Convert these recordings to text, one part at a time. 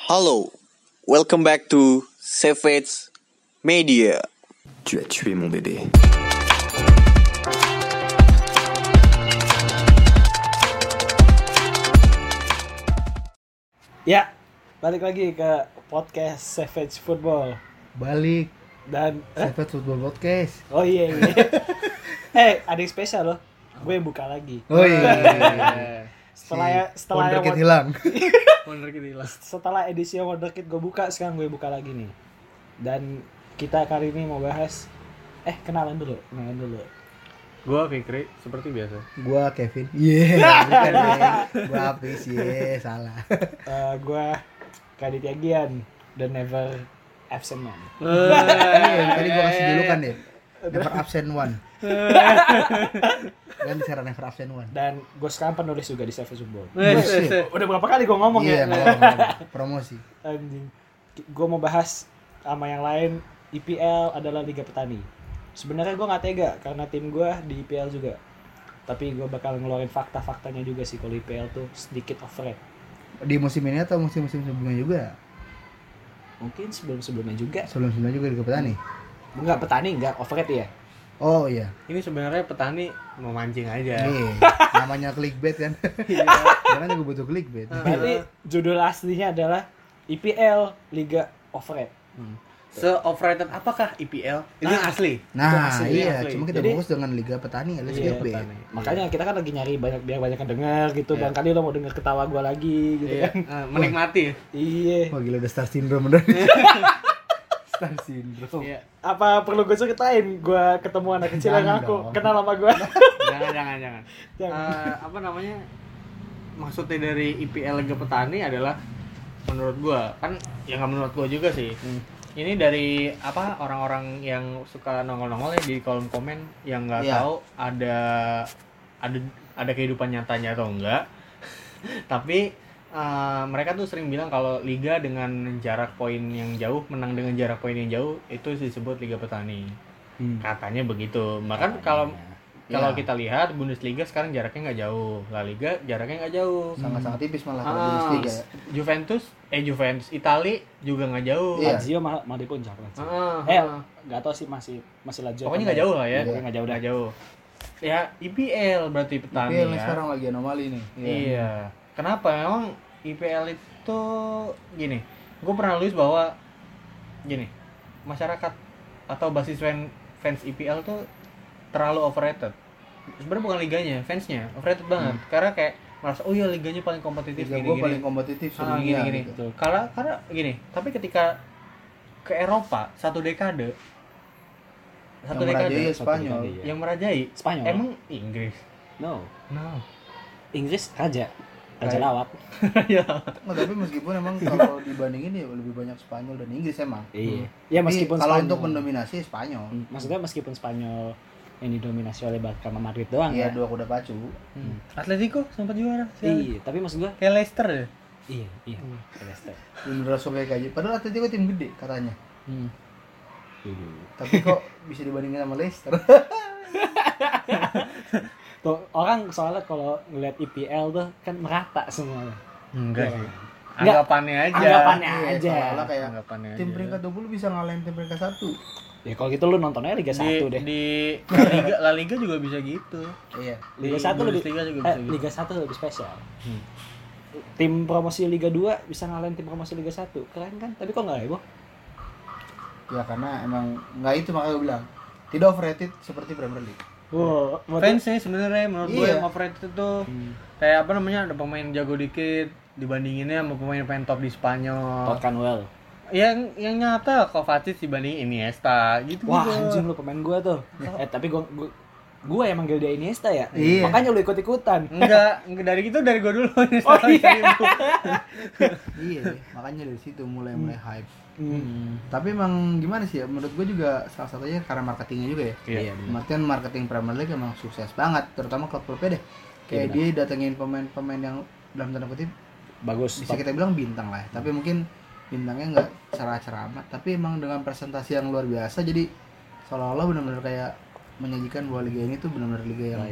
Hello, welcome back to Savage Media. Tu as tué mon bébé. Ya, balik lagi ke podcast Savage Football Balik dan Savage Football Podcast. oh iya. Ada yang spesial loh. Gue yang buka lagi. Oh iya. Setelah Wonderkid hilang. setelah edisi Wonderkid gue buka, sekarang gue buka lagi nih. Dan kita kali ini mau bahas kenalan dulu. Gua Fikri seperti biasa. Gua Kevin. Iya, bukan deh. Gua Apis, salah. Gue Kaditya Gian, the never absent man. Tadi gua kasih julukan deh. Never absent one. Kan cara never absent one. Dan gue sekarang penulis juga di Savage Football. Bullshit. Udah berapa kali gue ngomong Iya, ya? ngomong. Promosi. Anjing. Gue mau bahas sama yang lain. IPL adalah Liga Petani. Sebenarnya gue nggak tega karena tim gue di IPL juga. Tapi gue bakal ngeluarin fakta-faktanya juga sih kalau IPL tuh sedikit overrated. Di musim ini atau musim-musim sebelumnya juga? Mungkin sebelum-sebelumnya juga. Sebelum-sebelumnya juga di Petani. Enggak petani, enggak overrated ya. Oh iya. Ini sebenarnya petani mau mancing aja. Nih, namanya clickbait kan. Iya. Karena juga butuh clickbait. Berarti judul aslinya adalah IPL Liga Overrated. Se-overrated apakah IPL? Ini Nah, asli. Nah, asli, iya, asli. cuma kita Jadi- fokus dengan Liga Petani alias Iya, clickbait. petani. Makanya kita kan lagi nyari biar banyak yang denger gitu. Iya. Barangkali lo mau denger ketawa gue lagi gitu Iya. kan. Menikmati. Iya. Wah gila udah star syndrome bener. Star syndrome. Iya. Apa perlu gue ceritain gue ketemu anak kecil yang Jangan ngaku dong. kenal sama gue? Jangan. Jangan. Apa namanya? Maksudnya dari IPL Liga Petani adalah menurut gua kan ya nggak menurut gua juga sih. Ini dari apa orang-orang yang suka nongol-nongol ya di kolom komen yang nggak Iya. tahu ada kehidupan nyatanya atau enggak. Tapi mereka tuh sering bilang kalau liga dengan jarak poin yang jauh, menang dengan jarak poin yang jauh itu disebut Liga Petani. Katanya begitu. Bahkan kalau Iya. kita lihat Bundesliga sekarang jaraknya nggak jauh, La Liga jaraknya nggak jauh. Sangat-sangat tipis malah kalau Ah, Bundesliga ya. Juventus Itali juga nggak jauh. Iya. Lazio mah di puncak kan. Ah. Nggak tahu sih masih Lazio. Pokoknya nggak jauh lah ya. Iya. Nggak jauh dah. Nggak jauh. Ya IPL berarti petani IPL ya. sekarang lagi anomali nih. Iya. Kenapa? Memang IPL itu gini. Gue pernah nulis bahwa gini, masyarakat atau basis fans IPL tuh terlalu overrated. Sebenarnya bukan liganya, fansnya overrated banget. Karena kayak merasa oh iya liganya paling kompetitif Liga gue paling kompetitif sedunia. gini. Gitu. Karena gini, tapi ketika ke Eropa satu dekade Yang merajai Spanyol. yang merajai Spanyol. emang Inggris. No. No. Inggris raja Kayak- lawak. Ya. Nggak, tapi meskipun emang kalau dibandingin ya lebih banyak Spanyol dan Inggris emang. Iya. Ya Tapi meskipun kalau Spanyol- untuk mendominasi Spanyol. maksudnya meskipun Spanyol yang didominasi oleh Barca sama Madrid doang Iya, ya. dua kuda pacu. Atletico sempat juara. siapa? Iya, tapi maksud gua Kayak Leicester ya. iya. Leicester. Bener kayak aja. Padahal Atletico tim gede katanya. Hmm. Tapi kok bisa dibandingin sama Leicester? Tuh orang soalnya kalau ngeliat IPL tuh kan merata semuanya. Enggak Iya. sih. Enggak. Anggapannya aja. Anggapannya Iya, aja. seolah-olah kayak Anggapannya tim aja. peringkat 20 bisa ngalahin tim peringkat 1. Ya kalau gitu lu nontonnya Liga 1 deh. Di La Liga juga bisa gitu. Iya. Liga di 1 lebih Bundesliga juga bisa gitu. Liga 1 lebih spesial. Tim promosi Liga 2 bisa ngalahin tim promosi Liga 1. Keren kan? Tapi kok enggak heboh? Ya karena emang nggak itu makanya gue bilang tidak overrated seperti Premier League. Wow, Fansnya sebenarnya menurut gue Iya. yang overrated itu kayak apa namanya ada pemain jago dikit dibandinginnya sama pemain top di Spanyol. Todd Canwell. Yang nyata Kovacic dibanding Iniesta gitu. Wah, anjing lu pemain gua tuh. Tapi gua yang manggil dia Iniesta ya. Iya. Makanya lu ikut-ikutan. Enggak dari gua dulu. Oh, iya. Iya, makanya dari situ mulai hype. Hmm. Tapi emang gimana sih ya? Menurut gue juga salah satunya karena marketingnya juga ya. Iya, benar. Artian marketing Premier League emang sukses banget, terutama klub-klubnya deh. Kayak dia datengin pemain-pemain yang dalam tanda kutip Bagus. bisa kita bilang bintang lah. Tapi mungkin bintangnya nggak cerah-cerah amat. Tapi emang dengan presentasi yang luar biasa, jadi seolah-olah benar-benar kayak menyajikan bahwa liga ini tuh benar-benar liga yang Baik.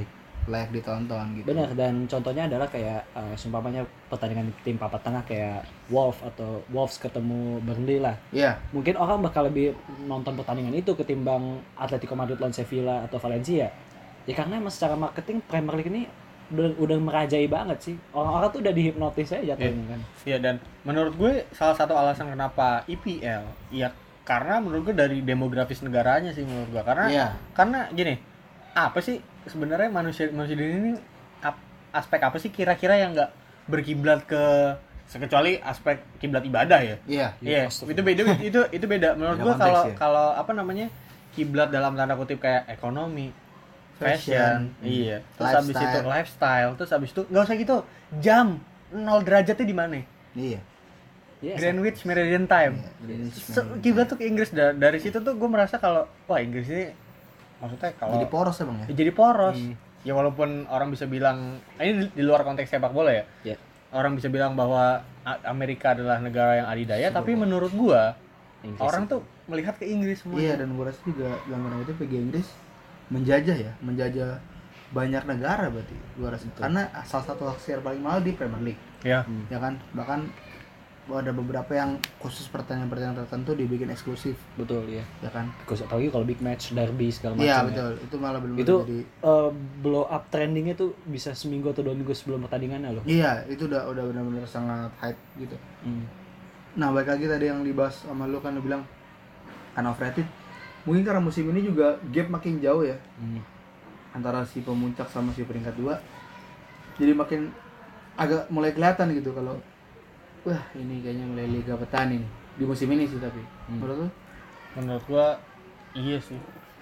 layak ditonton gitu. Benar, dan contohnya adalah kayak seumpamanya pertandingan tim papan tengah kayak Wolves ketemu Burnley lah. Iya. Mungkin orang bakal lebih nonton pertandingan itu ketimbang Atletico Madrid lawan Sevilla atau Valencia. Ya karena emang secara marketing Premier League ini udah merajai banget sih. Orang-orang tuh udah dihipnotis aja jatuhnya kan. Iya, dan menurut gue salah satu alasan kenapa IPL ya karena menurut gue dari demografis negaranya sih menurut gue. Karena gini, apa sih sebenarnya manusia di ini aspek apa sih kira-kira yang nggak berkiblat ke kecuali aspek kiblat ibadah ya. Iya. Itu beda menurut Beda gue konteks ya. kalau apa namanya kiblat dalam tanda kutip kayak ekonomi, fashion, iya. Terus habis itu lifestyle, terus habis itu nggak usah gitu jam 0 derajatnya di mana? Iya. Yes, Greenwich Meridian Time. Kiblat tuh ke Inggris. Dari situ tuh gue merasa kalau wah Inggris ini maksudnya kalau Jadi poros emang ya. jadi poros. Ya walaupun orang bisa bilang ini di luar konteks sepak bola ya. Yeah. Orang bisa bilang bahwa Amerika adalah negara yang adidaya, tapi menurut gua Inggris orang itu. tuh melihat ke Inggris semua. Iya, dan gue rasa juga dalam tanda kutip Liga Inggris menjajah banyak negara berarti gue rasa. Karena salah satu share paling mahal di Premier League. Ya. Ya kan? Bahkan ada beberapa yang khusus pertandingan-pertandingan tertentu dibikin eksklusif, Betul ya. ya kan? Apalagi kalau big match, derby segala macam. Iya, ya. betul. Itu malah benar-benar Itu jadi blow up trendingnya tuh bisa seminggu atau 2 minggu sebelum pertandingannya loh. iya, itu udah benar-benar sangat hype gitu. Nah, balik lagi tadi yang dibahas sama lu kan lu bilang kan overrated. Mungkin karena musim ini juga gap makin jauh ya. Antara si pemuncak sama si peringkat 2. Jadi makin agak mulai kelihatan gitu kalau wah, ini kayaknya mulai Liga Petani nih. Di musim ini sih tapi. Menurut lu? Menurut gua iya sih.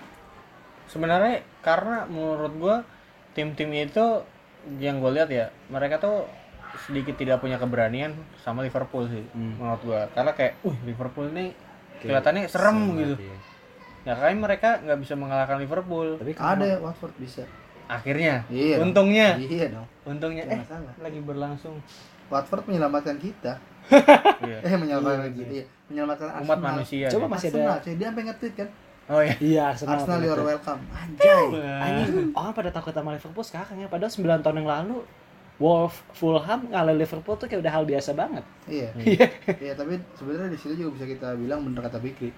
Sebenarnya karena menurut gua tim-tim itu yang gue lihat ya, mereka tuh sedikit tidak punya keberanian sama Liverpool sih menurut gua. Karena kayak, Liverpool ini kelihatannya serem gitu. Ya kayak mereka nggak bisa mengalahkan Liverpool. Tapi Ada Watford bisa. Akhirnya, Iya. untungnya, Iya dong. untungnya Masalah. lagi berlangsung. Watford menyelamatkan kita. Iya. Menyelamatkan kita. Iya. Menyelamatkan Umat Arsenal. manusia. Coba ya. masih Arsenal, ada. cuy. Dia sampai nge-tweet kan. Oh iya. Iya, Arsenal You're betul. welcome. Anjay. Anjing, orang pada takut sama Liverpool sekarang ya. Padahal 9 tahun yang lalu Fulham ngalahin Liverpool tuh kayak udah hal biasa banget. Iya. Iya, tapi sebenarnya di situ juga bisa kita bilang bener kata Bikri.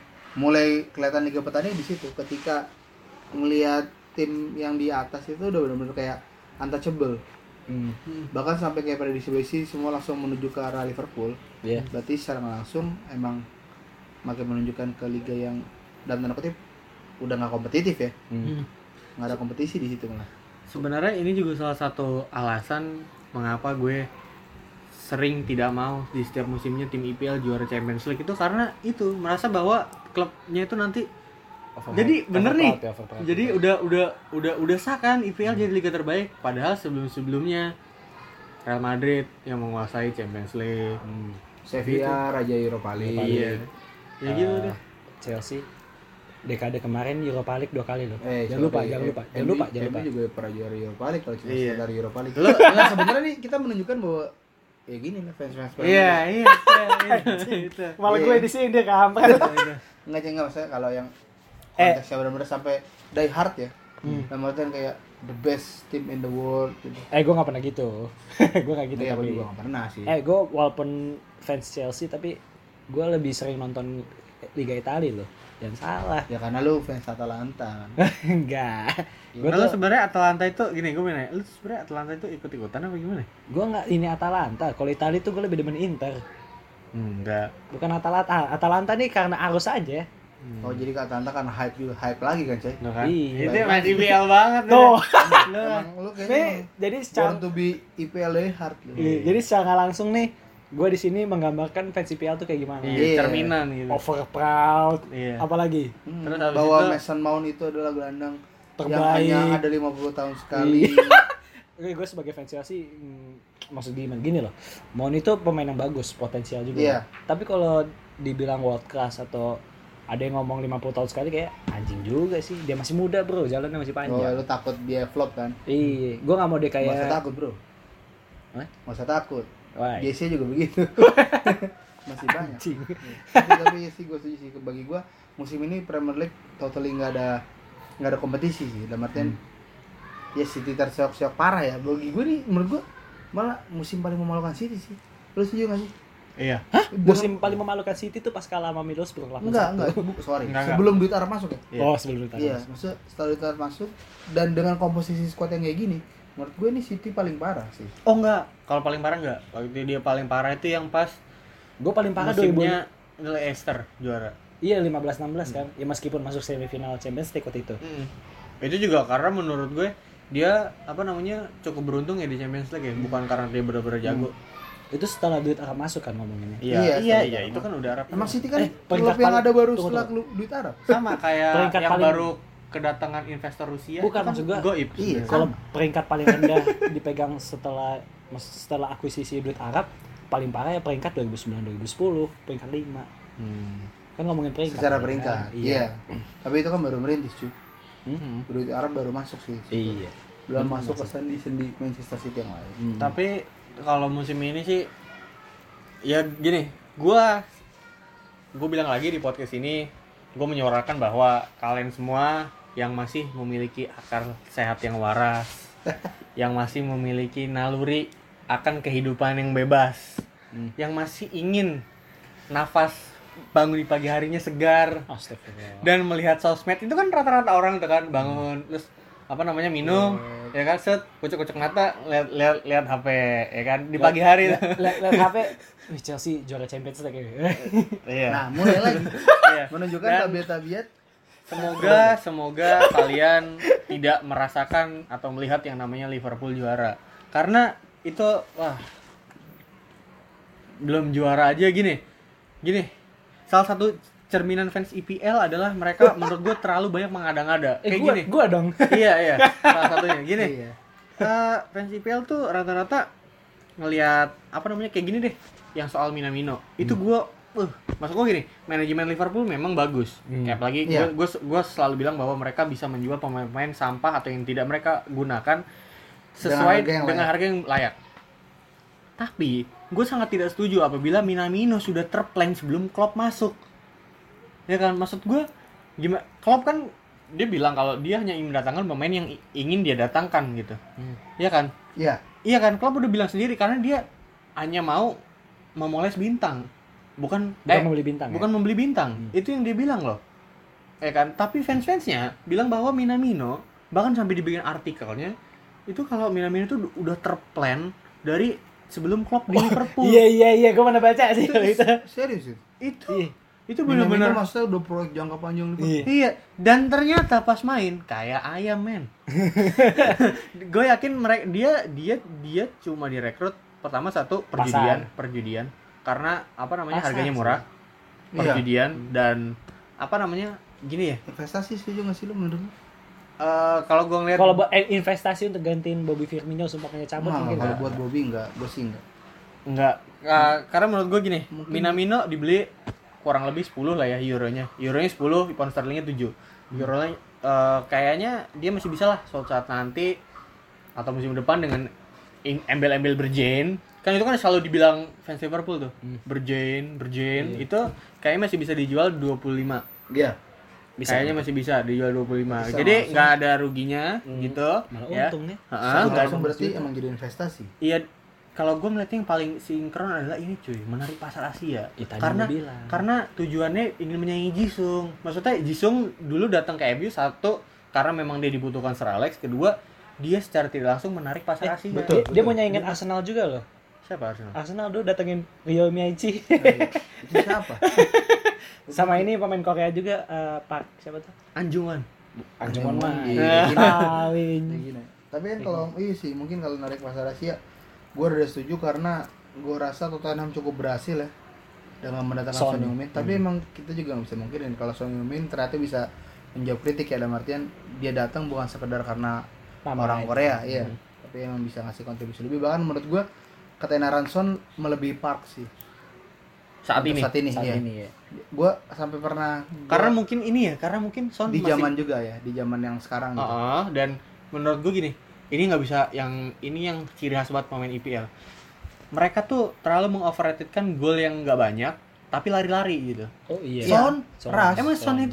Mulai kelihatan Liga Petani di situ ketika ngelihat tim yang di atas itu udah benar-benar kayak untouchable. Bahkan sampai kayak prediksi semua langsung menuju ke arah Liverpool. Iya. Berarti secara nggak langsung emang makin menunjukkan ke liga yang dalam tanda kutip udah nggak kompetitif ya. Nggak ada kompetisi di situ malah. Sebenarnya ini juga salah satu alasan mengapa gue sering tidak mau di setiap musimnya tim IPL juara Champions League itu karena itu merasa bahwa klubnya itu nanti jadi bener nih. Jadi udah sah kan IPL jadi liga terbaik padahal sebelumnya Real Madrid yang menguasai Champions League. Sevilla Raja Europa League. Iya. Ya gitu deh. Chelsea dekade kemarin Europa League 2 kali loh. Jangan lupa. MU juga pernah juara Europa League kalau cuma Iya. dari Europa League. Nah, sebenarnya nih kita menunjukkan bahwa ya gini lah fans. Iya, itu. Malah Iya. gue di sini dia kampret. Enggak maksudnya kalau yang konteksnya benar-benar sampai die hard ya. Dalam artian kayak the best team in the world gitu. Gue gak pernah gitu. Gue gak gitu Iya, tapi. gue juga gak pernah sih. Gue walaupun fans Chelsea tapi gue lebih sering nonton Liga Italia loh. Jangan salah. Ya karena lu fans Atalanta kan. Enggak. Gue Lu tuh sebenarnya Atalanta itu gini, gue nanya, lu sebenarnya Atalanta itu ikut-ikutan apa gimana? gue nggak ini Atalanta. Kalau Italia tuh gue lebih demen Inter. Enggak. Bukan Atalanta. Atalanta nih karena arus aja. Oh jadi ke Atalanta karena hype lagi kan, Cey? Tuh kan? Iya. Itu emang IPL banget Tuh. Emang lu Nih, kayaknya jadi secara born to be IPL die hard lu. Iya, jadi secara nggak langsung nih, gue di sini menggambarkan fans IPL tuh kayak gimana. Iya, cerminan gitu. Over proud. Iya. Apalagi Terus habis Bahwa itu- Mason Mount itu adalah gelandang yang Terbaik. hanya ada 50 tahun sekali. gue sebagai fans Chelsea maksud gini loh. Mon itu pemain yang bagus, potensial juga. Iya. Tapi kalau dibilang world class atau ada yang ngomong 50 tahun sekali kayak anjing juga sih. Dia masih muda, bro. Jalannya masih Oh, panjang. lu takut dia flop kan? Iya, gue nggak mau dia Nggak usah kayak takut, bro. Hah? Nggak usah takut. Wah, JC juga begitu. Masih banyak. anjing. Tapi sih gue setuju sih, bagi gue musim ini Premier League totally nggak ada kompetisi sih. Dalam artian ya City terseok-seok parah ya. Bagi gue nih, menurut gue malah musim paling memalukan City sih. Lu setuju gak sih? Iya. Musim paling memalukan City itu pas kalah sama Middlesbrough 8-1. Enggak, sorry. Enggak. Sebelum duit Arab masuk ya? Iya. Oh, sebelum itu. Iya, maksudnya setelah duit Arab masuk dan dengan komposisi squad yang kayak gini, menurut gue nih City paling parah sih. Oh enggak, kalau paling parah enggak. Waktu dia paling parah itu yang pas Gue paling parah 2000. musimnya Leicester juara. Iya 15-16 kan. Ya meskipun masuk semifinal Champions League waktu itu. Itu juga karena menurut gue dia cukup beruntung ya di Champions League ya, bukan karena dia benar-benar jago. Itu setelah duit Arab masuk kan ngomonginnya. Iya, itu kan udah Arab. Emang City kan peringkat klub yang paling- ada baru tunggu, setelah duit Arab. Sama kayak Peringkat yang paling- baru kedatangan investor Rusia. Bukan, itu kan maksud gua- goib. Iya. sebenarnya. Kalau peringkat paling rendah dipegang setelah akuisisi duit Arab, paling parah ya peringkat 2009-2010, peringkat 5. Kan ngomongin peringkat. Secara kan? peringkat. Iya. Tapi itu kan baru merintis, cuy. Mhm. Duit Arab baru masuk sih. Iya. Belum masuk ke sendi Manchester City yang lain. Tapi kalau musim ini sih ya gini, gua bilang lagi di podcast ini, gua menyuarakan bahwa kalian semua yang masih memiliki akar sehat yang waras, yang masih memiliki naluri akan kehidupan yang bebas, yang masih ingin nafas bangun di pagi harinya segar Astagfirullah. dan melihat sosmed, itu kan rata-rata orang tuh kan bangun terus minum ya kan, set kucek-kucek mata lihat HP ya kan di pagi hari tuh. Lihat HP, wih Chelsea juara Champions League. Iya. Nah, mulai lagi Iya. menunjukkan Dan tabiat-tabiat semoga kalian tidak merasakan atau melihat yang namanya Liverpool juara, karena itu belum juara aja gini. Salah satu cerminan fans IPL adalah mereka menurut gue terlalu banyak mengada-ngada. Kayak gini. Gua dong. Iya. Salah satunya gini. Iya. Fans IPL tuh rata-rata ngelihat kayak gini deh, yang soal Minamino. Itu gue maksud gue gini, manajemen Liverpool memang bagus. Kayak apalagi Iya. gue selalu bilang bahwa mereka bisa menjual pemain-pemain sampah atau yang tidak mereka gunakan sesuai dengan harga yang layak. Tapi gue sangat tidak setuju apabila Minamino sudah terplan sebelum Klopp masuk. Ya kan, maksud gue gimana? Klopp kan dia bilang kalau dia hanya ingin mendatangkan pemain yang ingin dia datangkan gitu. Iya kan? Iya. Iya kan, Klopp udah bilang sendiri karena dia hanya mau memoles bintang. Bukan membeli bintang. bukan membeli bintang. Itu yang dia bilang loh. Ya kan? Tapi fans-fansnya bilang bahwa Minamino, bahkan sampai dibikin artikelnya, itu kalau Minamino itu udah terplan dari sebelum Klopp di Liverpool. Iya, gua mana baca sih kalau itu. Serius itu. Itu Minamino benar-benar maksudnya udah proyek jangka panjang Liverpool. Iya, dan ternyata pas main kayak ayam, men. Gue yakin dia cuma direkrut pertama satu perjudian karena harganya murah. Iya. Perjudian dan gini ya. Investasi setuju nggak sih lu menurut lu? Kalau gue ngeliat Kalau buat investasi untuk gantiin Bobby Firmino sumpahnya cabut Nah, mungkin kalau nggak? buat Bobby enggak, gue sih enggak. enggak, karena menurut gue gini, Minamino dibeli kurang lebih 10 lah ya euronya 10, pound sterlingnya 7. Euronya kayaknya dia masih bisa lah suatu saat nanti atau musim depan dengan embel-embel Berjane. Kan itu kan selalu dibilang fans Liverpool tuh. Berjane itu kayaknya masih bisa dijual 25. Iya. Kayaknya masih bisa dijual 25. Bisa Jadi langsung. nggak ada ruginya gitu. Malah Ya. untung nih. Langsung berarti emang jadi investasi. Iya, kalau gue melihatnya yang paling sinkron adalah ini cuy, menarik pasar Asia. Ya, tadi karena gua bilang. karena tujuannya ingin menyaingi Jisung. Maksudnya Jisung dulu datang ke MU satu karena memang dia dibutuhkan Sir Alex, kedua dia secara tidak langsung menarik pasar Asia. betul. Dia mau nyaingin Arsenal juga loh. Siapa Arsenal? Arsenal dulu datengin Ryo Miyaichi. Itu siapa? Sama ini pemain Korea juga Park siapa tuh? Anjungan. Anjungan mah. Iya. Tawin. Kayak gini. Tapi kan kalau sih mungkin kalau narik pasar Asia, gue udah setuju karena gue rasa Tottenham cukup berhasil ya dengan mendatangkan Son. Son Heung-min. Tapi emang kita juga nggak bisa mungkinin kalau Son Heung-min ternyata bisa menjawab kritik ya, dalam artian dia datang bukan sekedar karena Nama orang itu. Korea, iya. Tapi emang bisa ngasih kontribusi lebih. Bahkan menurut gue ketenaran Son melebihi Park sih. Saat Untuk ini. Saat ini ya. Gue sampai pernah Karena mungkin Son di masih zaman juga ya, di zaman yang sekarang gitu. dan menurut gue gini, ini nggak bisa yang ciri khas banget pemain IPL. Mereka tuh terlalu mengoverratedkan gol yang nggak banyak, tapi lari-lari gitu. Oh iya. Son, Ras. Emang Son itu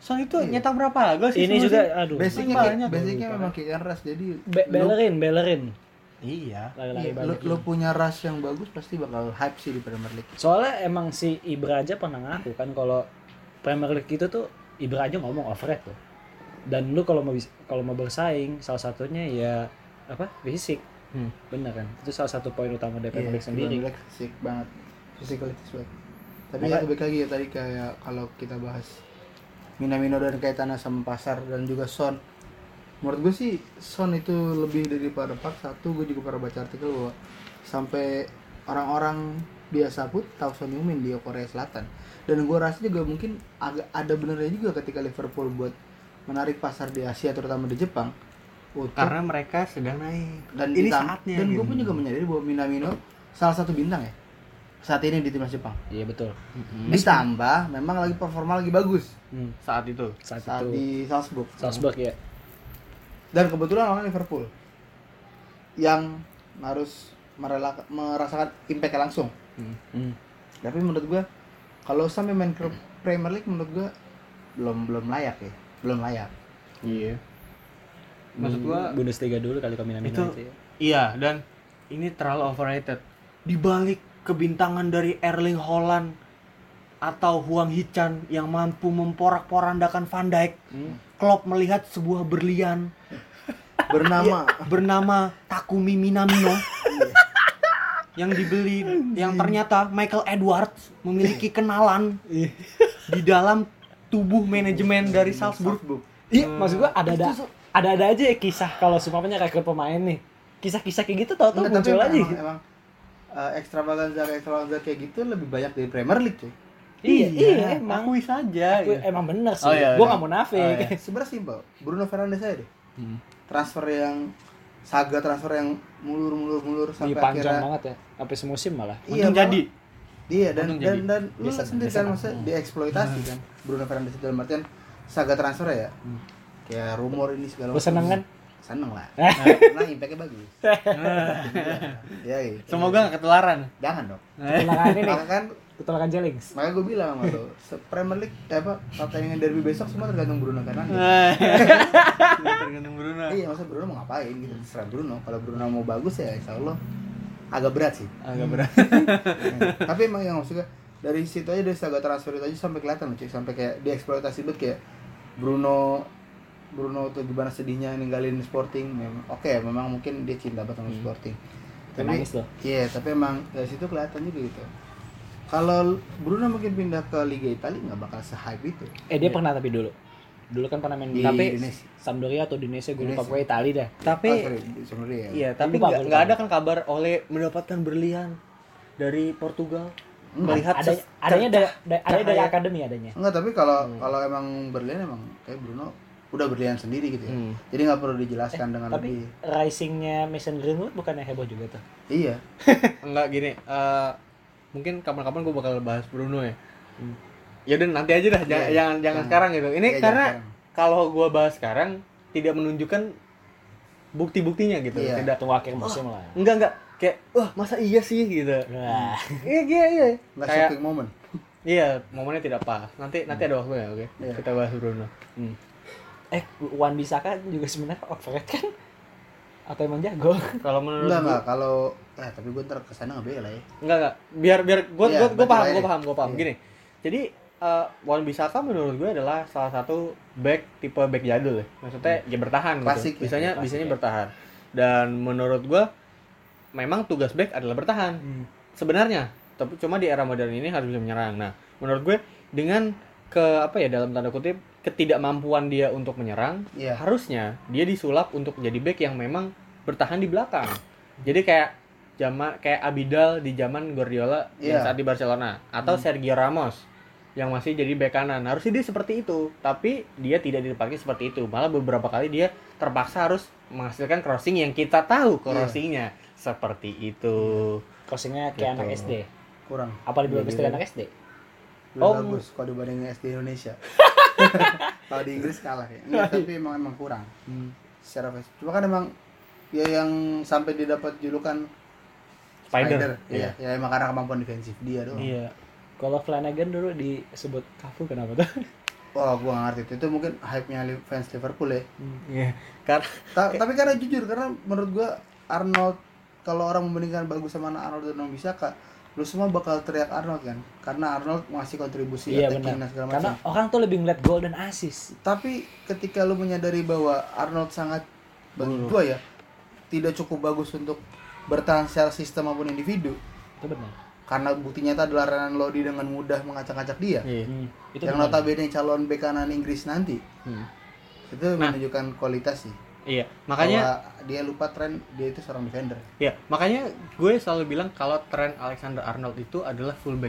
Son itu nyetak berapa gol sih? Ini semusim? juga aduh. Basicnya memang kick and rush, jadi Bellerin. Iya. Lari-lari lu balik. punya rush yang bagus pasti bakal hype sih di Premier League. Soalnya emang si Ibra aja pernah ngaku kan kalau Premier League itu tuh Ibra aja ngomong overrated tuh. Dan lu kalau mau bersaing salah satunya ya apa? Fisik. Bener kan? Itu salah satu poin utama dari Premier League sendiri. Premier League fisik banget. Physicality swag. Tapi ya balik lagi ya tadi kayak kalau kita bahas Minamino dan kaitannya sama pasar dan juga Son. Menurut gue sih Son itu lebih daripada Park. Satu, gue juga pernah baca artikel bahwa sampai orang-orang biasa pun tahu Son Heung-min di Korea Selatan. Dan gue rasa juga mungkin agak ada benernya juga ketika Liverpool buat menarik pasar di Asia terutama di Jepang. Karena mereka sedang naik. Dan ini saatnya. Dan gue gitu. pun juga menyadari bahwa Minamino salah satu bintang ya saat ini di timnas Jepang. Iya betul. Ditambah memang lagi performa lagi bagus Saat itu. Saat saat itu di Salzburg ya. Dan kebetulan lawan Liverpool yang harus merasakan impact langsung. Tapi menurut gua kalau sampai main ke Premier League menurut gua belum layak ya. Belum layak. Iya. Maksud gua Bundesliga dulu kali Minamino itu itu ya. iya, dan ini terlalu overrated. Di balik kebintangan dari Erling Haaland atau Hwang Hee-chan yang mampu memporak-porandakan Van Dijk, Klopp melihat sebuah berlian bernama Takumi Minamino yang dibeli, yang ternyata Michael Edwards memiliki kenalan di dalam tubuh manajemen dari Salzburg. Iya, maksud gua ada aja ya kisah kalau semuanya rekrut pemain nih. Kisah-kisah kayak gitu tau-tau Enggak, muncul tapi aja. emang ekstravaganza kayak gitu lebih banyak dari Premier League cuy. Iya, emang. Akui saja. Emang bener sih. Oh, iya, Gua iya. nggak mau nafik. Sebenarnya simpel. Bruno Fernandes aja deh. Transfer yang mulur sampai Iya, panjang akhirnya banget ya. Sampai semusim malah. Untung jadi. Iya dan Untung jadi. lu lihat sendiri kan maksudnya dieksploitasi kan Bruno Fernandes itu dalam artian saga transfer ya. Kayak rumor ini segala Lu seneng kan? Seneng lah. Nah, impact-nya bagus. Iya. Semoga gak ketularan. Jangan dong. Ketularan ini. Maka kan Ketularan Jellings. makanya gue bilang sama lo, Premier League pertandingan derby besok semua tergantung Bruno Fernandes. Tergantung Bruno. Iya, maksudnya Bruno mau ngapain gitu, terserah Bruno. Kalau Bruno mau bagus ya insya Allah agak berat sih. Agak berat. Tapi emang yang maksudnya dari situ aja, dari saga transfer itu aja sampai kelihatan loh, cuy. Sampai kayak dieksploitasi banget kayak Bruno tuh gimana sedihnya ninggalin Sporting. Memang mungkin dia cinta banget sama Sporting. Tapi Nangis loh. iya, tapi emang dari situ kelihatan juga gitu. Kalau Bruno mungkin pindah ke Liga Italia nggak bakal se-hype itu. Dia pernah tapi dulu kan pernah main Di tapi Indonesia. Sampdoria atau di Indonesia gue lupa, Indonesia. pokoknya Italia dah. Tapi Sebenarnya ya. iya, tapi Lupa. nggak ada kan kabar oleh mendapatkan berlian dari Portugal. Melihat Adanya dari akademi adanya. Enggak, tapi kalau emang berlian emang kayak Bruno udah berlian sendiri gitu ya. Jadi nggak perlu dijelaskan dengan Tapi lebih. risingnya Mason Greenwood bukannya heboh juga tuh? Iya. enggak gini, mungkin kapan-kapan gue bakal bahas Bruno ya. Ya udah nanti aja dah, jangan sekarang gitu. Ini Iya, karena jangan kalau gue bahas sekarang tidak menunjukkan bukti-buktinya gitu. Iya. Tidak. Tunggu akhir musim lah. Enggak kayak wah masa iya sih gitu. Wah. Iya. Nggak Kayak shocking moment. iya, momennya tidak pas. Nanti ada waktunya, oke. Iya. Kita bahas Bruno. Wan Bisaka juga sebenarnya overrated kan? Atau emang jago? Kalau menurut Enggak kalau tapi gue ntar kesana ngebela ya. Enggak. Biar gue Iya, paham, betul gue paham. Iya. Gini. Jadi Wan Bisaka menurut gue adalah salah satu tipe back jadul ya. Maksudnya dia bertahan Klasik gitu. ya, Bisanya bertahan. Dan menurut gue memang tugas back adalah bertahan. Sebenarnya, tapi cuma di era modern ini harus bisa menyerang. Nah, menurut gue dengan dalam tanda kutip ketidakmampuan dia untuk menyerang, Iya. harusnya dia disulap untuk menjadi back yang memang bertahan di belakang. Jadi kayak Abidal di zaman Guardiola yang Iya. saat di Barcelona atau Sergio Ramos yang masih jadi bek kanan. Harusnya dia seperti itu, tapi dia tidak dipakai seperti itu. Malah beberapa kali dia terpaksa harus menghasilkan crossing yang kita tahu crossingnya seperti itu. Crossingnya kayak anak Gitu. SD. Kurang. Apa lebih bagus dari anak SD? Lebih Oh. bagus kalau dibandingin SD Indonesia. Kalau di Inggris kalah ya. Enggak, tapi emang kurang. Secara face. Cuma kan emang ya yang sampai dia dapat julukan Spider. Iya, ya emang karena kemampuan defensif dia doang. Iya. Kalau Flanagan dulu disebut Cafu kenapa tuh? Wah, gua nggak ngerti itu mungkin hype-nya fans Liverpool ya. Iya. Karena Tapi karena jujur, karena menurut gua Arnold, kalau orang membandingkan bagus sama Arnold dan Wan-Bissaka, lu semua bakal teriak Arnold kan, karena Arnold ngasih kontribusi Iya attacking benar. dan segala Karena macam. orang tuh lebih ngeliat gol dan assist. Tapi ketika lu menyadari bahwa Arnold sangat, bagi gua ya, tidak cukup bagus untuk bertahan secara sistem maupun individu, Itu benar. karena bukti nyata adalah Renan Lodi dengan mudah mengacak-acak dia, iya. Itu yang benar. notabene calon bek kanan Inggris nanti. Hmm. Itu menunjukkan kualitas sih. Iya, makanya Bahwa dia lupa tren dia itu seorang defender. ya, makanya gue selalu bilang kalau Trent Alexander-Arnold itu adalah fullback.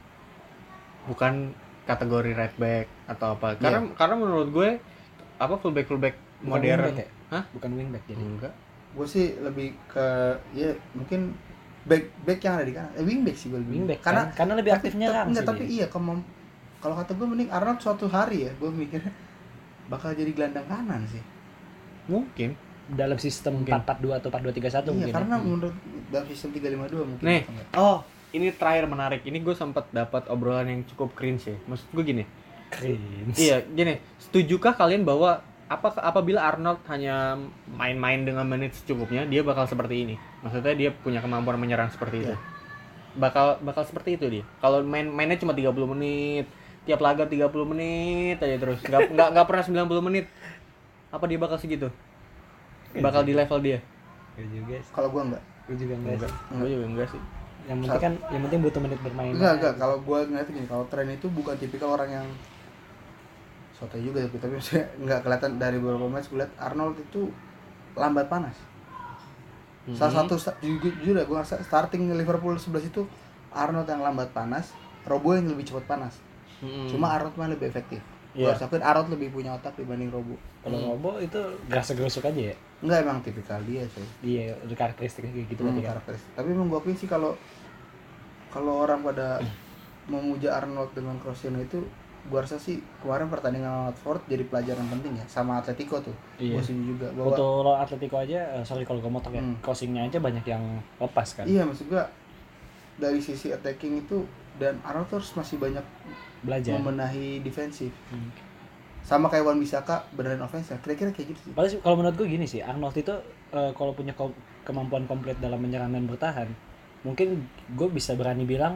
Bukan kategori right back atau apa. Karena menurut gue apa fullback Bukan modern. wingback ya? Hah? Bukan wingback jadi. Enggak. Gue sih lebih ke ya mungkin back yang ada di kanan. Wingback sih gue lebih. Wingback karena lebih aktif nyerang Enggak, sih tapi dia. iya kalau kata gue mending Arnold suatu hari ya, gue mikirnya bakal jadi gelandang kanan sih. Mungkin. Dalam sistem 4-4-2 atau 4-2-3-1 Iya, mungkin. karena ya. menurut dalam sistem 352 mungkin. Nih, atau enggak. ini terakhir menarik. Ini gue sempat dapat obrolan yang cukup cringe ya. Maksud gue gini. Cringe. Iya, gini. Setujukah kalian bahwa apabila Arnold hanya main-main dengan menit secukupnya, dia bakal seperti ini? Maksudnya dia punya kemampuan menyerang seperti itu. Bakal seperti itu dia. Kalau mainnya cuma 30 menit, tiap laga 30 menit aja terus. Enggak pernah 90 menit. Apa dia bakal segitu? Bakal di level dia? Gue juga sih. Kalau gue enggak. Gue juga enggak sih. Gue juga enggak sih. Yang penting kan yang penting butuh menit bermain. Enggak. Kalau gue ngeliat gini, kalau tren itu bukan tipikal orang yang soto juga, tapi maksudnya nggak kelihatan dari beberapa match. Gue liat Arnold itu lambat panas. Salah satu jujur ya, gue ngerasa starting Liverpool 11 itu Arnold yang lambat panas, Robo yang lebih cepat panas. Cuma Arnold mah lebih efektif. Gue Iya. harus akuin Arnold lebih punya otak dibanding Robo. Kalau Robo itu gerasa-gerusuk aja ya. Enggak, emang tipikal dia sih. Iya, udah karakteristiknya kayak gitu berarti kan. Karakteristik. Tapi emang gue akuin sih kalau orang pada memuja Arnold dengan crossing itu, gue rasa sih kemarin pertandingan lawan Watford jadi pelajaran penting ya, sama Atletico tuh. Iya. Gue setuju juga bahwa Waktu lo Atletico aja, sorry kalau gue motong ya, Hmm. crossingnya aja banyak yang lepas kan. iya, maksud gue dari sisi attacking itu, dan Arnold terus masih banyak Belajar. membenahi defensif. Hmm. Sama kayak Wan-Bissaka beneran offensive. Kira-kira kayak gitu sih. Padahal sih, kalau menurut gue gini sih, Arnold itu kalau punya kemampuan komplit dalam menyerang dan bertahan, mungkin gue bisa berani bilang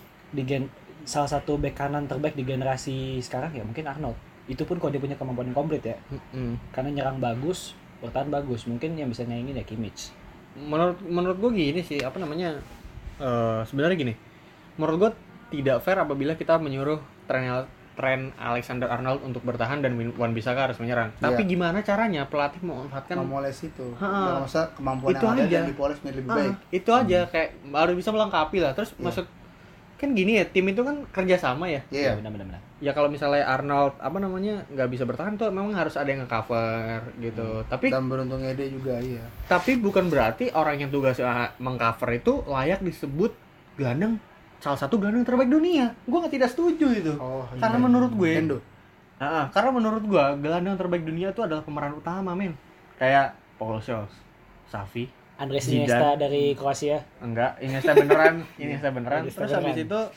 salah satu bek kanan terbaik di generasi sekarang ya mungkin Arnold. Itu pun kalau dia punya kemampuan yang komplit ya. Karena nyerang bagus, bertahan bagus. Mungkin yang bisa nyaingin ya Kimmich. Menurut gue gini sih, apa namanya? Sebenarnya gini. Menurut gue tidak fair apabila kita menyuruh Trent Alexander-Arnold untuk bertahan dan Wan-Bissaka harus menyerang. Tapi gimana caranya pelatih memanfaatkan Memoles itu. Ha-ha. Nggak masa kemampuan Itu yang ada aja. dan dipoles menjadi lebih baik. itu aja kayak harus bisa melengkapi lah. Terus maksud kan gini ya, tim itu kan kerjasama ya. Iya. Benar-benar. Ya kalau misalnya Arnold apa namanya nggak bisa bertahan tuh memang harus ada yang nge-cover gitu. Dan beruntungnya dia juga iya. Tapi bukan berarti orang yang tugasnya mengcover itu layak disebut gelandang, salah satu gelandang terbaik dunia. Gue tidak setuju itu. Karena menurut gue, Hendo. karena menurut gue gelandang terbaik dunia itu adalah pemeran utama, men. Kayak Paul Scholes, Xavi, Andres Zidane. Iniesta dari Kroasia. enggak, Iniesta beneran, Iniesta beneran. Iniesta Terus beneran. habis itu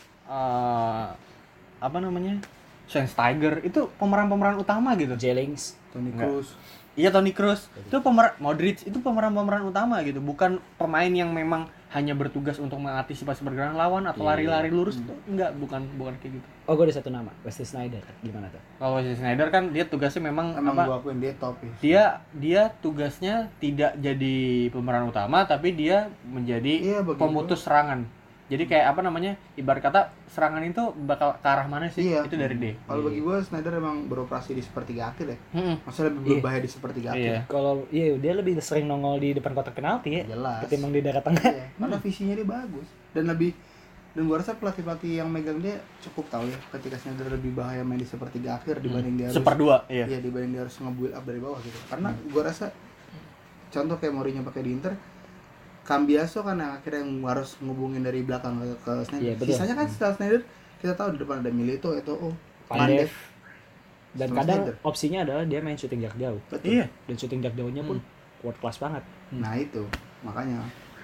apa namanya? Schweinsteiger itu pemeran-pemeran utama gitu. Jellings. Toni Enggak. Kroos. Iya, Toni Kroos itu Modric itu pemeran-pemeran utama gitu, bukan pemain yang memang hanya bertugas untuk mengantisipasi pergerakan lawan atau lari-lari lurus itu enggak, bukan kayak gitu. Oh, gue ada satu nama, Wesley Sneijder. Gimana tuh? Kalau si Schneider kan dia tugasnya memang Emang apa? gua akuin dia top ya. Dia tugasnya tidak jadi pemeran utama tapi dia menjadi Iya, bagi pemutus serangan. Jadi kayak apa namanya? Ibarat kata serangan itu bakal ke arah mana sih? Iya. Itu dari dia. Kalau bagi gua Snyder emang beroperasi di sepertiga akhir ya. Mm-mm. Maksudnya lebih berbahaya di sepertiga Iya. akhir. Kalau dia lebih sering nongol di depan kotak penalti ya, Jelas. ketimbang di daerah tengah. Iya, karena visinya dia bagus dan gua rasa pelatih yang megang dia cukup tahu ya ketika Snyder lebih bahaya main di sepertiga akhir dibanding dia harus Seperdua, iya. Iya, dibanding dia harus nge-build up dari bawah gitu. Karena gua rasa contoh kayak Mourinho pakai di Inter, Cambiaso kan yang akhirnya yang harus ngubungin dari belakang ke Snyder. Iya, betul. Sisanya kan setelah Snyder kita tahu di depan ada Milito, Eto'o, Pandev. Dan Sama kadang Snyder. opsinya adalah dia main shooting jarak jauh. Betul. Iya. Dan shooting jarak jauhnya pun world class banget. Nah itu makanya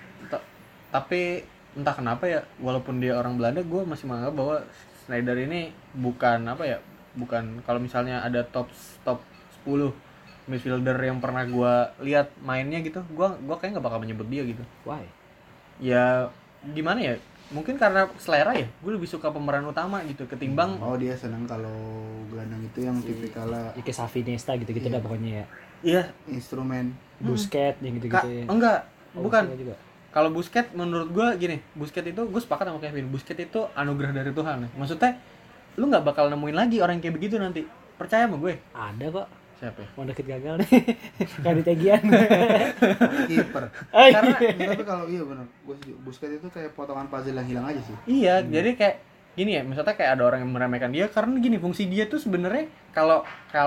Tapi entah kenapa ya, walaupun dia orang Belanda, gue masih menganggap bahwa Schneider ini bukan apa ya, kalau misalnya ada top 10 midfielder yang pernah gua lihat mainnya gitu, gua kayak nggak bakal menyebut dia gitu. Why? Ya gimana ya? Mungkin karena selera ya, gue lebih suka pemeran utama gitu ketimbang Oh dia senang kalau gelandang itu yang tipikalnya Ya kayak Xavi, Iniesta gitu-gitu dah pokoknya ya. iya instrumen. Busquets yang gitu-gitu ya. enggak, Oh, bukan. Busquets juga. Kalau Busquets menurut gue gini, Busquets itu gue sepakat sama Kevin. Busquets itu anugerah dari Tuhan. Maksudnya lu nggak bakal nemuin lagi orang yang kayak begitu nanti. Percaya sama gue. Ada kok. Siapa ya? Wonderkid gagal nih. Kayak di Tegian. Kiper. Karena Tapi kalau iya benar, gue setuju. Busquets itu kayak potongan puzzle yang hilang aja sih. iya, jadi kayak gini ya, misalnya kayak ada orang yang meremehkan dia karena gini, fungsi dia tuh sebenarnya kalau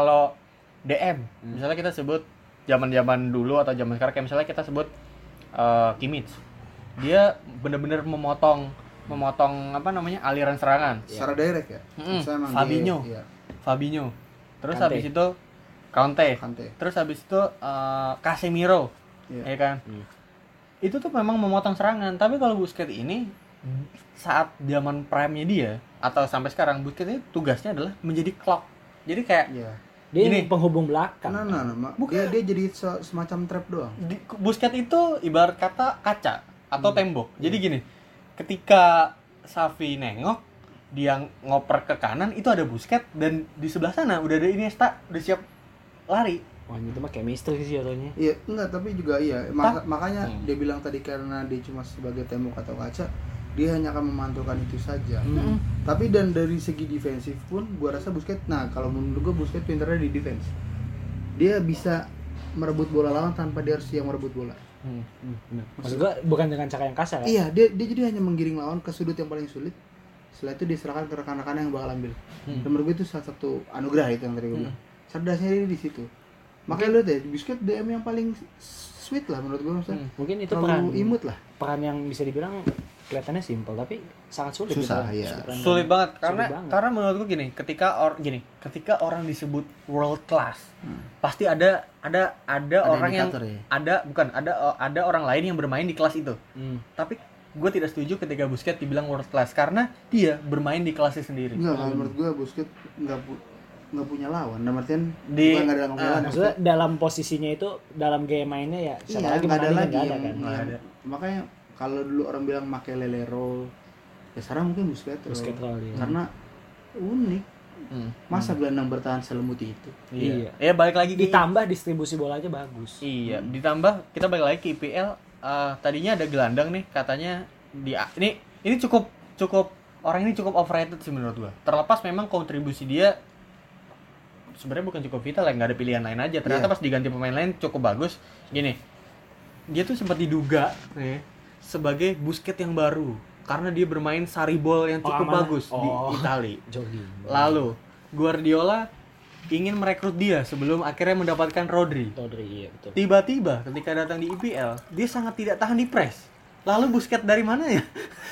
DM, misalnya kita sebut zaman-zaman dulu atau zaman sekarang kayak misalnya kita sebut Kimmich. Dia benar-benar memotong apa namanya? Aliran serangan. Secara direct ya. Saya emang Fabinho. Iya. Fabinho. Terus Kante. habis itu Kante. Terus habis itu Casemiro. Iya. Ya kan? Itu tuh memang memotong serangan, tapi kalau Busquets ini saat zaman prime-nya dia atau sampai sekarang Busquets ini tugasnya adalah menjadi clock. Jadi kayak Iya. Dia Gini. penghubung belakang. Nah. Dia jadi semacam trap doang. Busquets itu ibarat kata kaca atau tembok. Jadi gini, ketika Xavi nengok, dia ngoper ke kanan, itu ada Busquets dan di sebelah sana udah ada Iniesta, udah siap lari. Wah, itu mah chemistry sih jatuhnya. Iya, enggak, tapi juga iya. Makanya dia bilang tadi karena dia cuma sebagai tembok atau kaca, dia hanya akan memantulkan itu saja. Tapi dan dari segi defensif pun gua rasa Busquets, nah kalau menurut gua Busquets pintarnya di defense. Dia bisa merebut bola lawan tanpa dia harus yang merebut bola. Maksud gua bukan dengan cara yang kasar ya. Iya, dia jadi hanya menggiring lawan ke sudut yang paling sulit. Setelah itu diserahkan ke rekan-rekan yang bakal ambil. Dan menurut gue itu salah satu anugerah itu yang tadi gue bilang. Cerdasnya dia di situ. Makanya lu deh, Busquets DM yang paling sweet lah menurut gue, maksudnya. Mungkin itu terlalu imut lah. peran yang bisa dibilang kelihatannya simpel tapi sangat sulit. Susah, gitu. iya. Sulit banget Sulit banget. karena menurutku gini, ketika orang disebut world class, pasti ada orang yang indikator ya? ada orang lain yang bermain di kelas itu. Tapi gue tidak setuju ketika Busquets dibilang world class karena dia bermain di kelasnya sendiri. Enggak, kalau menurut gue Busquets nggak punya lawan. Dalam artian Di- bukan nggak ada lawan. Maksudnya dalam posisinya itu dalam game mainnya ya siapa Iya, lagi nggak ada menanding, lagi nggak ada yang, kan. Nggak ada. Makanya kalau dulu orang bilang Makelelero, ya sekarang mungkin Busquets Busquets roll, iya. karena unik. Masa gelandang bertahan selembut itu? Iya. Ya balik lagi Ditambah distribusi bolanya bagus. Iya, ditambah kita balik lagi ke IPL. Tadinya ada gelandang nih, katanya ini cukup orang ini cukup overrated sih menurut gua. Terlepas memang kontribusi dia sebenarnya bukan cukup vital ya, nggak ada pilihan lain aja. Ternyata pas diganti pemain lain cukup bagus. Gini, dia tuh sempat diduga nih sebagai Busquets yang baru karena dia bermain saribol yang cukup bagus di Italia. Jorginho. Lalu Guardiola ingin merekrut dia sebelum akhirnya mendapatkan Rodri. Iya betul. Tiba-tiba ketika datang di IPL, dia sangat tidak tahan di press. Lalu Busquets dari mana ya?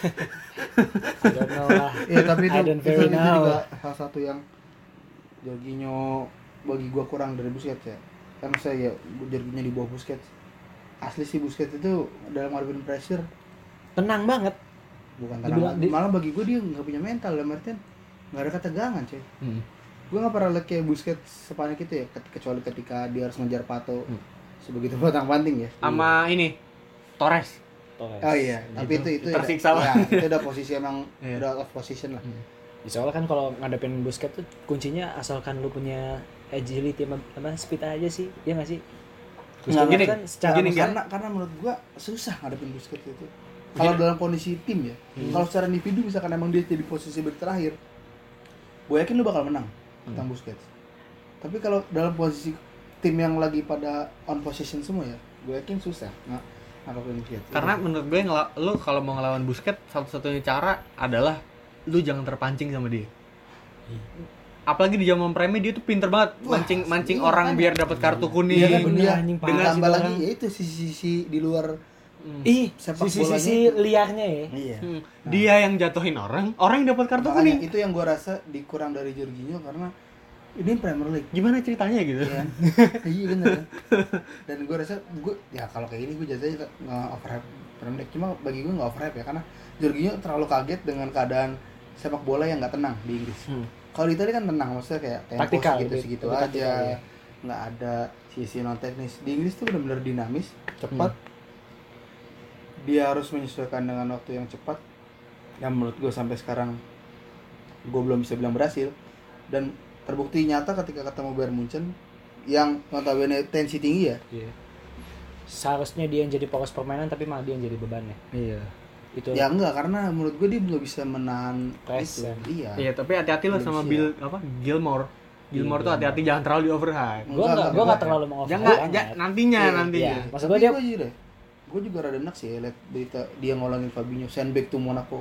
I don't know lah. Iya, tapi I don't very itu know. juga salah satu yang Jorginho bagi gua kurang dari Busquets ya. Karena saya ya Jorginho di bawah Busquets. Asli sih Busquets itu dalam ngadepin pressure Tenang banget. bukan Dibilang- tenang. Malah bagi gua dia nggak punya mental, dalam artian nggak ada ketegangan coy. Gue nggak pernah lihat kayak Busquets sepanik itu ya, kecuali ketika dia harus ngejar Pato sebegitu batang-panting ya. Sama ini Torres. Oh iya, tapi itu tersiksa ya, lah. itu udah posisi emang Iya. udah out of position lah. Ya, soalnya kan kalau ngadepin Busquets tuh kuncinya asalkan lu punya agility apa speed aja sih. Iya nggak sih? Nggak, gini, kan secara gini, Karena menurut gua susah ngadepin Busquets itu. Kalau dalam kondisi tim ya, kalau secara individu misalkan emang dia jadi posisi back terakhir, gue yakin lu bakal menang tentang Busquets. Tapi kalau dalam posisi tim yang lagi pada on position semua ya, gue yakin susah ngadepin Busquets. Karena menurut gue lu kalau mau ngelawan Busquets satu-satunya cara adalah lu jangan terpancing sama dia. Apalagi di zaman prime dia tuh pinter banget Wah, mancing iya, orang kan? biar dapat kartu kuning. Iya kan, bener, iya. anjing, parah Dengan sih tambah orang. lagi ya itu sisi di luar Ih, sepak sisi bolanya liarnya ya. Iya. Dia yang jatuhin orang yang dapat kartu Makanya kuning. itu yang gue rasa dikurang dari Jorginho karena ini Premier League. Gimana ceritanya gitu? Iya kan? Iya bener kan? Dan gue rasa ya kalau kayak gini gue jatuhnya nggak overhype Premier League. Cuma bagi gue nggak overhype ya karena Jorginho terlalu kaget dengan keadaan sepak bola yang nggak tenang di Inggris. Kalau di Italia kan tenang, maksudnya kayak tempo Taktikal, segitu-segitu lebih aja, taktikal, ya. nggak ada sisi non teknis. Di Inggris tuh benar-benar dinamis, cepat. Dia harus menyesuaikan dengan waktu yang cepat. Yang menurut gue sampai sekarang gue belum bisa bilang berhasil. Dan terbukti nyata ketika ketemu Bayern Munchen yang notabene tensi tinggi ya. Iya. Seharusnya dia yang jadi poros permainan tapi malah dia yang jadi bebannya. Iya. Itu Ya enggak, karena menurut gue dia belum bisa menahan Press, itu. ya. Iya. Iya, tapi hati-hati lah sama Belum Gilmore. Gilmore tuh hati-hati, jangan terlalu di overhype. gue nggak terlalu mau Jangan, nantinya. Iya. Maksud gue Tapi dia gue juga rada enak sih lihat berita dia ngolongin Fabinho send back to Monaco.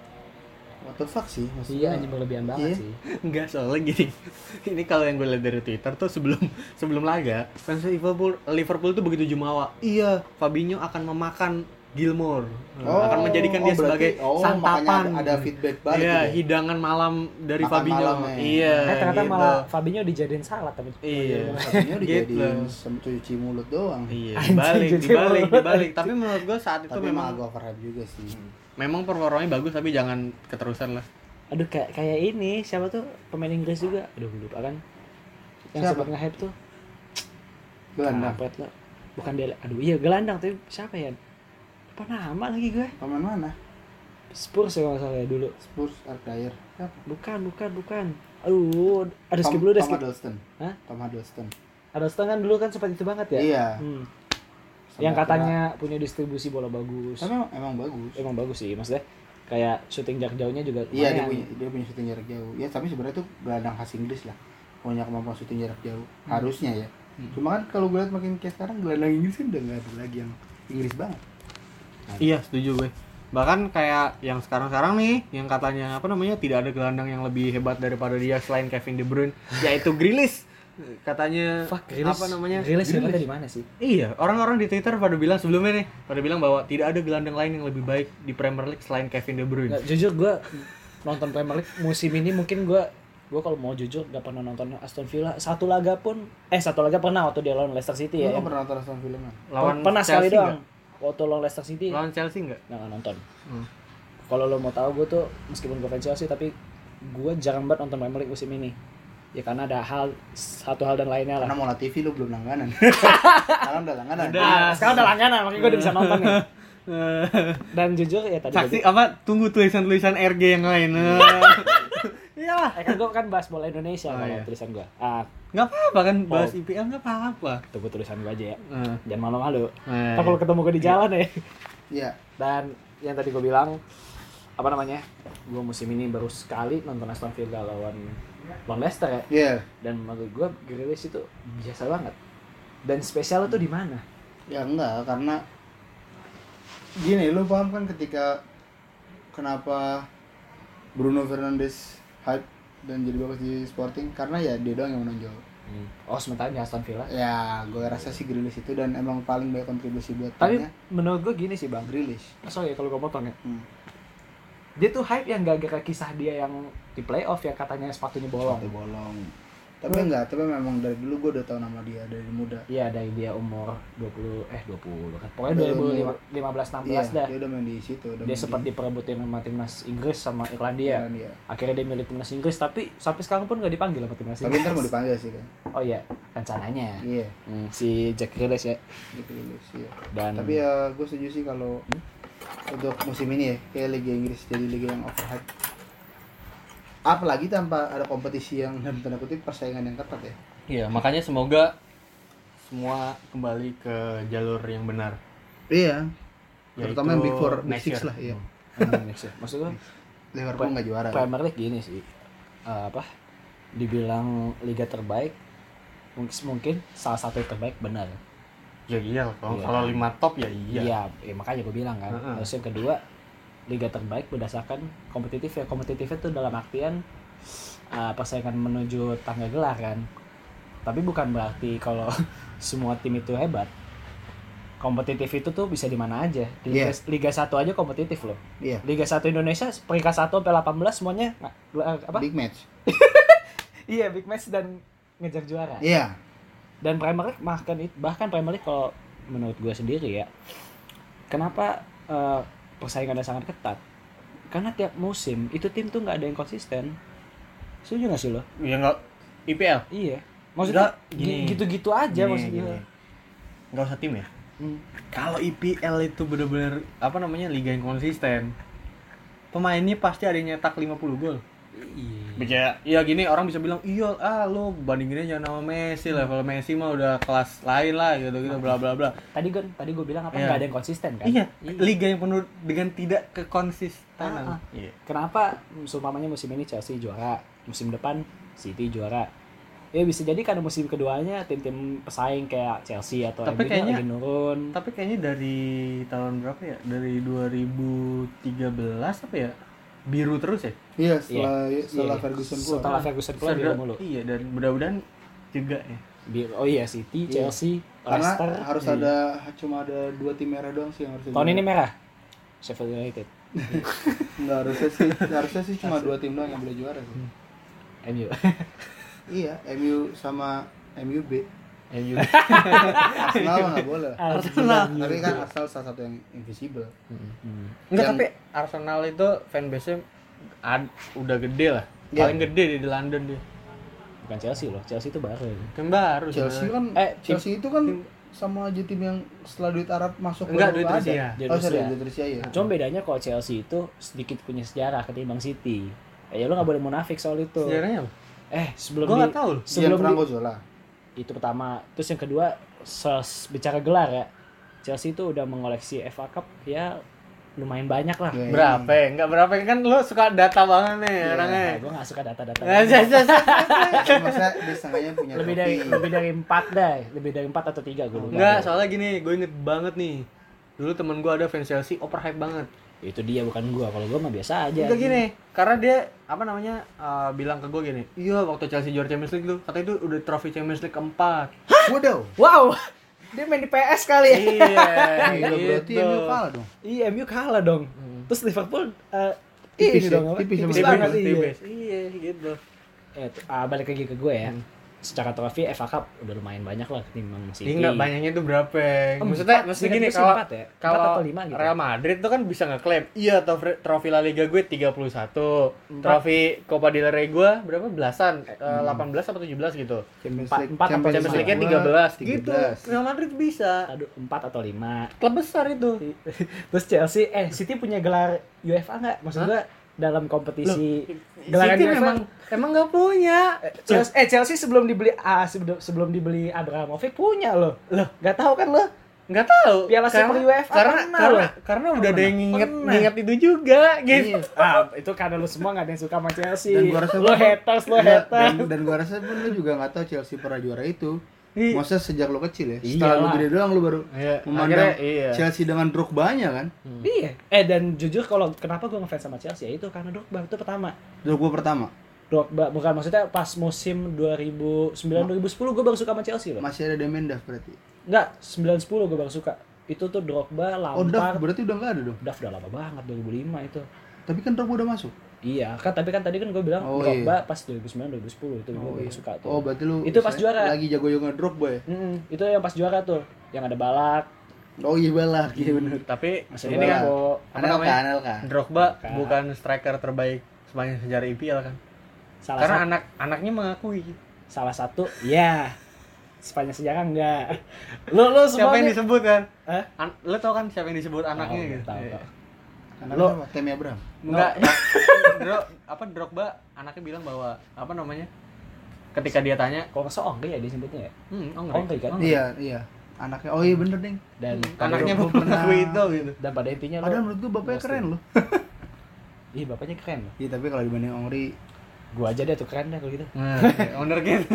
What the fuck sih maksudnya? iya anjing berlebihan banget Iya. sih. Enggak, soalnya gini. Ini kalau yang gue lihat dari Twitter tuh sebelum laga, fans Liverpool tuh begitu jumawa. Iya, Fabinho akan memakan Gilmore. Akan menjadikan dia berarti- sebagai santapan. makanya ada feedback balik Iya, gitu ya? hidangan malam dari Makan Fabinho. malamnya. Iya. Ternyata gitu. malah Fabinho dijadiin salad tapi. Iya. Fabinho dijadiin Gitu. cuci mulut doang. Iya, Anjing, dibalik. Tapi menurut gue saat itu Tapi memang agak overhype juga sih. memang performanya bagus, tapi jangan keterusan lah. Aduh kayak ini siapa tuh pemain Inggris juga. Aduh lupa kan. Yang Siapa? sempat nge-hype tuh. Gelandang. Kampret lo. Bukan dia. Aduh iya gelandang tapi siapa ya? Apa nama lagi gue? Pemain mana? Spurs ya kalau nggak salah ya dulu. Spurs, Ardair. Siapa? Bukan. Aduh, ada skip dulu deh Tom skip. Hiddleston. Hah? Tom Hiddleston. Addleston kan dulu kan sempat itu banget ya. Iya. Yang katanya punya distribusi bola bagus. Tapi emang bagus. Emang bagus sih maksudnya. Kayak syuting jarak jauhnya juga Iya, dia lumayan. punya syuting jarak jauh. Ya, tapi sebenarnya tuh gelandang khas Inggris lah. Punya kemampuan syuting jarak jauh. Harusnya ya. Cuma kan kalau gue lihat makin kayak sekarang gelandang Inggris kan udah nggak ada lagi yang Inggris banget. Iya, setuju gue. Bahkan kayak yang sekarang-sekarang nih, yang katanya tidak ada gelandang yang lebih hebat daripada dia selain Kevin De Bruyne, yaitu Grealish. Katanya Grealish hebatnya di mana sih? Iya, orang-orang di Twitter pada bilang sebelumnya nih, pada bilang bahwa tidak ada gelandang lain yang lebih baik di Premier League selain Kevin De Bruyne. Nggak, jujur gue nonton Premier League musim ini mungkin gue kalau mau jujur gak pernah nonton Aston Villa satu laga pernah waktu dia lawan Leicester City Lu ya. nggak pernah nonton Aston Villa kan? Lawan Pernah sekali Chelsea doang. nggak? Waktu lawan Leicester City Lawan Chelsea enggak? nggak nonton. Kalau lo mau tahu gue tuh meskipun gue fans Chelsea tapi gue jarang banget nonton Premier League musim ini. Ya karena ada satu hal dan lainnya lah. Karena Mola TV lu belum langganan. Sekarang udah langganan. Sekarang udah langganan makanya gue udah bisa nonton nih. Dan jujur ya tadi Saksi tunggu tulisan-tulisan RG yang lain. Iyalah. kan gue kan bahas bola Indonesia Oh, kalau iya. tulisan gue. Enggak apa-apa kan bahas IPL enggak apa-apa. Tunggu tulisan gue aja ya. Eh. Jangan malu-malu. Eh. Kalau ketemu gue di jalan ya. Iya. Dan yang tadi gue bilang gue musim ini baru sekali nonton Aston Villa lawan Leicester ya. Iya. Dan menurut gue Grealish itu biasa banget. Dan spesial tuh di mana? Ya enggak, karena gini, lu paham kan ketika kenapa Bruno Fernandes hype dan jadi bagus di Sporting, karena ya dia doang yang menonjol. Oh sementara di Aston Villa. Ya, gue rasa sih Grealish itu dan emang paling banyak kontribusi buat Tapi timnya menurut gue gini sih bang. Grealish. Sorry kalau gue potong ya. Dia tuh hype yang gara-gara kisah dia yang di playoff ya katanya sepatunya bolong. Sepatu bolong. Tapi enggak, tapi memang dari dulu gue udah tahu nama dia dari muda. Iya dari dia umur 20 kan. Pokoknya 2015-16 Iya, dah. dia udah main di situ. Udah Dia main sempat di diperebutin sama timnas Inggris sama Irlandia. Irlandia. Akhirnya dia milih timnas Inggris tapi sampai sekarang pun gak dipanggil sama timnas Tapi Inggris. ntar mau dipanggil sih kan. Oh iya, rencananya. Iya, Si Jack Grealish ya. gitu sih. Dan Tapi ya gue setuju sih kalau untuk musim ini ya kayak Liga Inggris jadi liga yang overhype. Apalagi tanpa ada kompetisi yang dalam tanda kutip persaingan yang ketat ya. Iya, makanya semoga semua kembali ke jalur yang benar. Iya. Yaitu Terutama yang Big Four, Big next Six year. lah ya. maksud gue Liverpool nggak juara. Ya. Premier League gini sih. Dibilang liga terbaik mungkin salah satu yang terbaik benar. Ya iya, Iya. kalau 5 top ya iya. Iya, makanya gue bilang kan. Heeh. Terus yang kedua, liga terbaik berdasarkan kompetitif ya. Kompetitif itu dalam artian persaingan menuju tangga gelar kan. Tapi bukan berarti kalau semua tim itu hebat. Kompetitif itu tuh bisa di mana aja. Di Liga 1 aja kompetitif loh. Iya. Liga 1 Indonesia peringkat 1 sampai 18 semuanya apa? Big match. Iya, big match dan ngejar juara. Iya. Dan Premier League bahkan Premier League kalau menurut gue sendiri ya, kenapa persaingannya sangat ketat? Karena tiap musim itu tim tuh nggak ada yang konsisten. Setuju nggak sih lo? Ya enggak IPL. Iya. Maksudnya Nggak, gini. gitu-gitu aja Gini, maksudnya. gini. Nggak usah tim ya. Hmm. Kalau IPL itu bener-bener apa namanya liga yang konsisten. Pemainnya pasti ada yang nyetak 50 gol. Iya. Bisa ya gini orang bisa bilang iya lo bandinginnya jangan sama Messi, level Messi mah udah kelas lain lah gitu bla bla bla. Tadi gue bilang apa Iya. nggak ada yang konsisten kan? Iya, liga yang penuh dengan tidak kekonsistenan. Iya. Kenapa seumpamanya musim ini Chelsea juara, musim depan City juara? Ya bisa jadi karena musim keduanya tim-tim pesaing kayak Chelsea atau Tapi MU kayaknya- lagi nurun. Tapi kayaknya dari tahun berapa ya? Dari 2013 apa ya? Biru terus ya? Iya, setelah Iya. Ferguson keluar. Setelah Ferguson keluar biru mulu. Iya, dan mudah-mudahan juga ya. Oh iya City, Iya. Chelsea, Karena Leicester. harus ada cuma ada 2 tim merah doang sih yang harus. Tahun ini merah. Sheffield United, Enggak harusnya sih cuma 2 tim doang yang boleh juara sih. MU. Iya, MU sama MUB. MU. Arsenal mah nggak boleh. Arsenal. Tapi kan Arsenal salah satu yang invisible. Enggak, Yang- tapi Arsenal itu fanbase-nya udah gede lah. Iya. Paling gede di London dia. Bukan Chelsea loh, Chelsea itu baru. Kan baru Chelsea sebenarnya. kan Chelsea itu kan sama aja tim yang setelah duit Arab masuk Enggak, baru duit ada. Rusia. Duit Oh, sorry, Rusia. duit Rusia ya. Cuma bedanya kalau Chelsea itu sedikit punya sejarah ketimbang City. Ya lo nggak boleh munafik soal itu. Sejarahnya apa? Sebelum Gua nggak tahu loh. sebelum Franco Zola. itu pertama, terus yang kedua bicara gelar ya. Chelsea itu udah mengoleksi FA Cup ya lumayan banyak lah. Iya. Berapa ya? Enggak berapa ya? Kan lu suka data banget nih orangnya. Gue nggak suka data-data. Masa dia setengahnya punya lebih trofi. dari 4 deh, lebih dari 4 atau 3 gue lupa. Enggak, soalnya gini, gue inget banget nih. Dulu temen gue ada fans Chelsea, overhype banget. Itu dia bukan gue, kalau gue mah biasa aja. Enggak gini, karena dia apa namanya bilang ke gue gini, iya waktu Chelsea juara Champions League tuh, katanya itu udah trofi Champions League keempat. Waduh. Wow, dia main di PS kali ya. Iya, Gila, berarti gitu. MU kalah dong. Iya, MU kalah dong. Terus Liverpool Tipis ini ya, dong, apa? tipis tipis sama banget iya. Tipis. Iya, gitu. Balik lagi ke gue ya. Secara trofi FA Cup udah lumayan banyak lah ketimbang City. Ini enggak banyaknya tuh berapa? Oh, Maksudnya empat. maksudnya gini, Seingat gue sih kalau empat ya? Empat kalau atau lima gitu. Real Madrid tuh kan bisa ngeklaim, iya trofi La Liga gue 31. Trofi Copa del Rey gue berapa belasan? 18 atau 17 gitu. Empat atau Champions League-nya 13 gitu. Real Madrid bisa. Aduh, 4 atau 5. Klub besar itu. Terus Chelsea, City punya gelar UEFA nggak? Maksud gue dalam kompetisi gelaran City UEFA. emang nggak punya. Chelsea sebelum dibeli Abramovich punya loh. Nggak tahu kan lo? Nggak tahu. Piala Super UEFA karena udah ada yang nginget itu juga gitu. Itu karena lu semua nggak ada yang suka sama Chelsea. Dan gua rasa lo haters. dan gua rasa pun lu juga nggak tahu Chelsea pernah juara itu. Iya. Masa sejak lo kecil ya? Iyalah. Setelah lo gede doang lo baru Iya, memandang akhirnya iya. Chelsea dengan Drogba-nya kan? Iya. Dan jujur kalau kenapa gue ngefans sama Chelsea ya itu karena Drogba itu pertama. Drogba pertama. Drogba bukan maksudnya pas musim 2009-2010 gue baru suka sama Chelsea loh. Masih ada Demendaf berarti. Enggak, 9-10 gue baru suka. Itu tuh Drogba, Oh, Daf Lampard. berarti udah nggak ada dong. Daf udah lama banget 2005 itu. Tapi kan Drogba udah masuk. Iya, tapi kan tadi kan gue bilang Oh, Drogba pas 2009-2010 itu gue baru iya. suka tuh. Oh, berarti lu Itu pas juara. lagi jago-jagonya Drogba ya? Itu yang pas juara tuh, yang ada Balak. Oh iya balak, iya bener. Tapi Masih ini kan Balak. apa Anel namanya? kan, Anel kan. Drogba Bukan. bukan striker terbaik sepanjang sejarah IPL kan. Salah Karena satu, anaknya mengakui. salah satu, ya. Sepanjang sejarah enggak. Lu Siapa yang semuanya. disebut kan? Hah? Lo tau kan siapa yang disebut anaknya Tahu, gitu? tahu, Iya. tahu. Anel Lo- siapa? Temi Abraham. Enggak. Drogba anaknya bilang bahwa apa namanya? Ketika dia tanya, Kalau nggak Ongri ya disebutnya ya. Ongri kan? Iya. Anaknya. Oh iya bener, Ding. Dan Anaknya Drogba mengakui pernah- itu gitu. dan pada intinya lo. Padahal menurut gua bapaknya Pasti. keren loh. Ih, bapaknya keren loh. Iya, tapi kalau dibanding Ongri Gua aja deh tuh keren deh kalau gitu. Nah, owner gitu.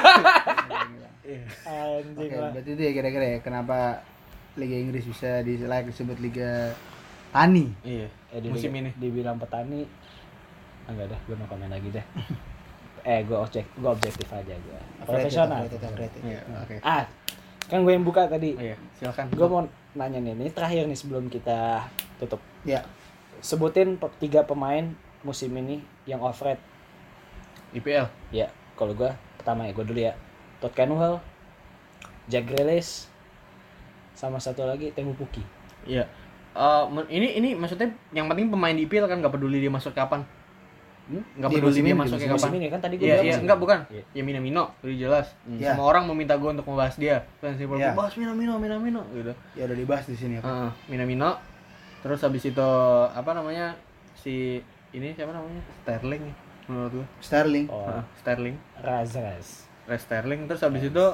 Anjing Oke, lah. berarti itu ya kira-kira ya kenapa Liga Inggris bisa disebut Liga Tani. Iya. Musim ini dibilang petani. Enggak dah, gue mau komen lagi deh. Gue objektif aja gue. Profesional. Iya, oke. Kan gue yang buka tadi. Iya, silakan. Gue mau nanya nih, ini terakhir nih sebelum kita tutup. Ya, Sebutin 3 pemain musim ini yang overrated. IPL. Ya, kalau gue pertama ya, gue dulu ya. Todd Cantwell, Jack Grealish, sama satu lagi Temu Pukki. Iya. Ini maksudnya yang penting pemain di IPL kan nggak peduli dia masuk kapan. Nggak Di peduli musim dia ini, masuknya musim kapan. ini kan tadi gue Iya, bilang iya, musim enggak ini. bukan. Iya. Ya Minamino, udah jelas. Iya. Semua orang meminta gue untuk membahas dia. Fans Liverpool, Iya. bahas Minamino gitu. Ya udah dibahas di sini apa? Minamino. Terus habis itu apa namanya? Si ini siapa namanya? Sterling ya, menurut gue. Sterling. Oh, Sterling. Razas. Sterling. Terus habis itu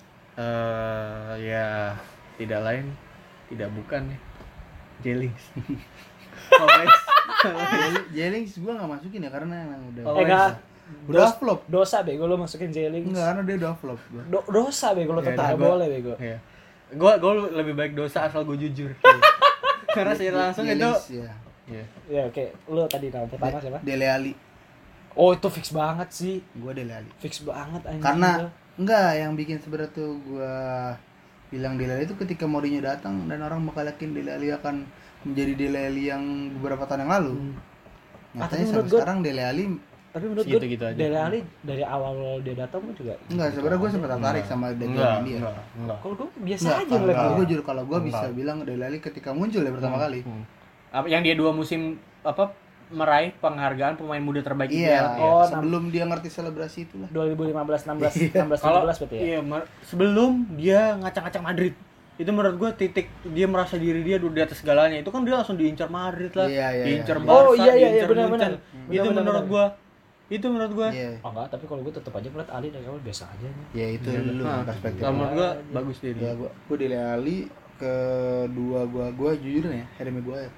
ya tidak lain, tidak bukan ya. Jellings. Jellings gua nggak masukin ya karena emang udah Enggak. udah flop. Dosa bego lo masukin Jellings. Enggak, karena dia udah flop gua. Dosa bego lo Ya, tetap udah, gua- boleh bego. Iya. Gue lebih baik dosa asal gue jujur. Karena secara langsung itu. Jellings, ya. Iya. Ya oke, lo tadi nama pertama siapa? Dele Alli. Oh itu fix banget sih. Gua Dele Alli. Fix banget anjing. Karena enggak yang bikin sebenarnya tuh gua bilang Dele Alli itu ketika Mourinho datang dan orang bakal yakin Dele Alli akan menjadi Dele Alli yang beberapa tahun yang lalu. tapi Nyatanya menurut sampai gua- sekarang Dele Alli tapi menurut gue Segitu-gitu aja. Dele Alli dari awal dia datang pun juga enggak, sebenarnya gue sempat tertarik sama Enggak, dia. enggak. kalau gue biasa Enggak, aja ngeliat kalau dia. gue jujur kalau gue bisa bilang Dele Alli ketika muncul ya pertama kali. Apa yang dia 2 musim apa meraih penghargaan pemain muda terbaik Iya, IPL. Oh, sebelum dia ngerti selebrasi itulah. 2015, 16, 16, Kalau 17 berarti ya. iya, sebelum dia ngacak-ngacak Madrid. Itu menurut gue titik dia merasa diri dia di atas segalanya. Itu kan dia langsung diincar Madrid lah, Iya, iya, diincar iya. Barca, Oh, iya, iya, diincar benar-benar. Munchen. Itu Benar-benar, menurut benar. gue. Itu menurut gue. Iya. Oh enggak, tapi kalau gue tetap aja ngeliat Ali dari awal biasa aja nih. Ya itu dulu Nah, perspektif. kalau menurut gue Iya. bagus dia. Ya gue Dele Alli, kedua gue jujur nih ya, Harry Maguire.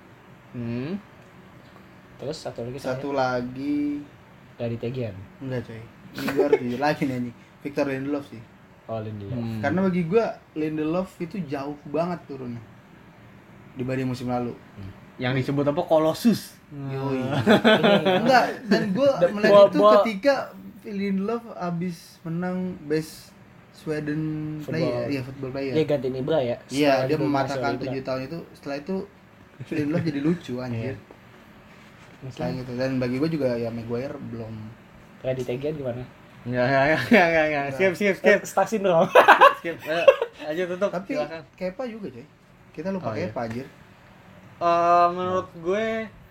Terus satu lagi Satu lagi dari Tegian. enggak coy. Ini gue harus jujur lagi nih anjing. Victor Lindelof sih. Oh Lindelof. Karena bagi gue Lindelof itu jauh banget turunnya dibanding musim lalu. Yang disebut apa Colossus. Yoi. Enggak, dan gue melihat Gua- itu gua- ketika Lindelof abis menang best Sweden player, iya football player. Dia ganti Ibra ya. Iya, setelah dia Ibra mematahkan masuk Ibra. 7 tahun itu. Setelah itu Lindelof jadi lucu anjir. Selain itu, dan bagi gue juga ya Maguire belum. Kayak di Tegian gimana? Enggak. Skip. Stuck syndrome. Skip. Ayo tutup. Tapi Silakan. Kepa juga coy. Kita lupa Oh, iya. Kepa anjir. Menurut gue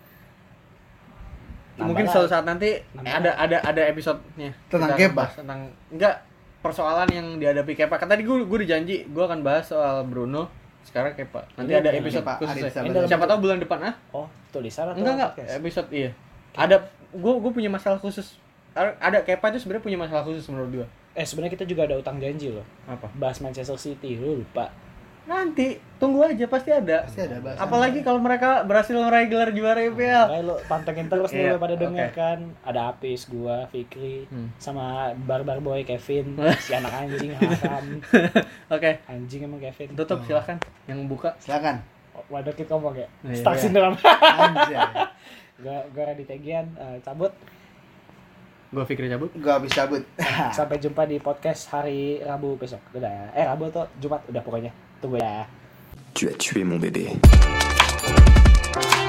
Nambah mungkin lah. suatu saat nanti Nambah ada episode-nya Tentang Kita akan Kepa? bahas tentang enggak persoalan yang dihadapi Kepa. Kan tadi gue dijanji gue akan bahas soal Bruno, sekarang Kepa. Nanti Ini ada bukan episode Kepa, khusus. Arif Sabar. Ini dalam Siapa tahu bulan depan Oh, tulisan atau Enggak, podcast? episode iya. Ada gue punya masalah khusus. Ada Kepa itu sebenarnya punya masalah khusus menurut gue. Sebenarnya kita juga ada utang janji loh. Apa? Bahas Manchester City, lu lupa. Nanti tunggu aja pasti ada. Pasti ada bahasan. Apalagi kalau mereka berhasil meraih gelar juara IPL. Kayak lo pantengin terus nih Iya, lo pada oke. denger kan. Ada Apis, gua, Fikri, sama Barbar Boy Kevin, si anak anjing haram. Oke, Anjing emang Kevin. tutup silahkan yang buka. Silakan. Waduh kita ngomong ya. Iya. Stuck syndrome. Anjay. Gua di Tegian cabut. Gue Fikri cabut. Gue habis cabut. Sampai jumpa di podcast hari Rabu besok. Udah. Rabu atau Jumat udah pokoknya. Tunggu ya. Tu as tué mon bébé.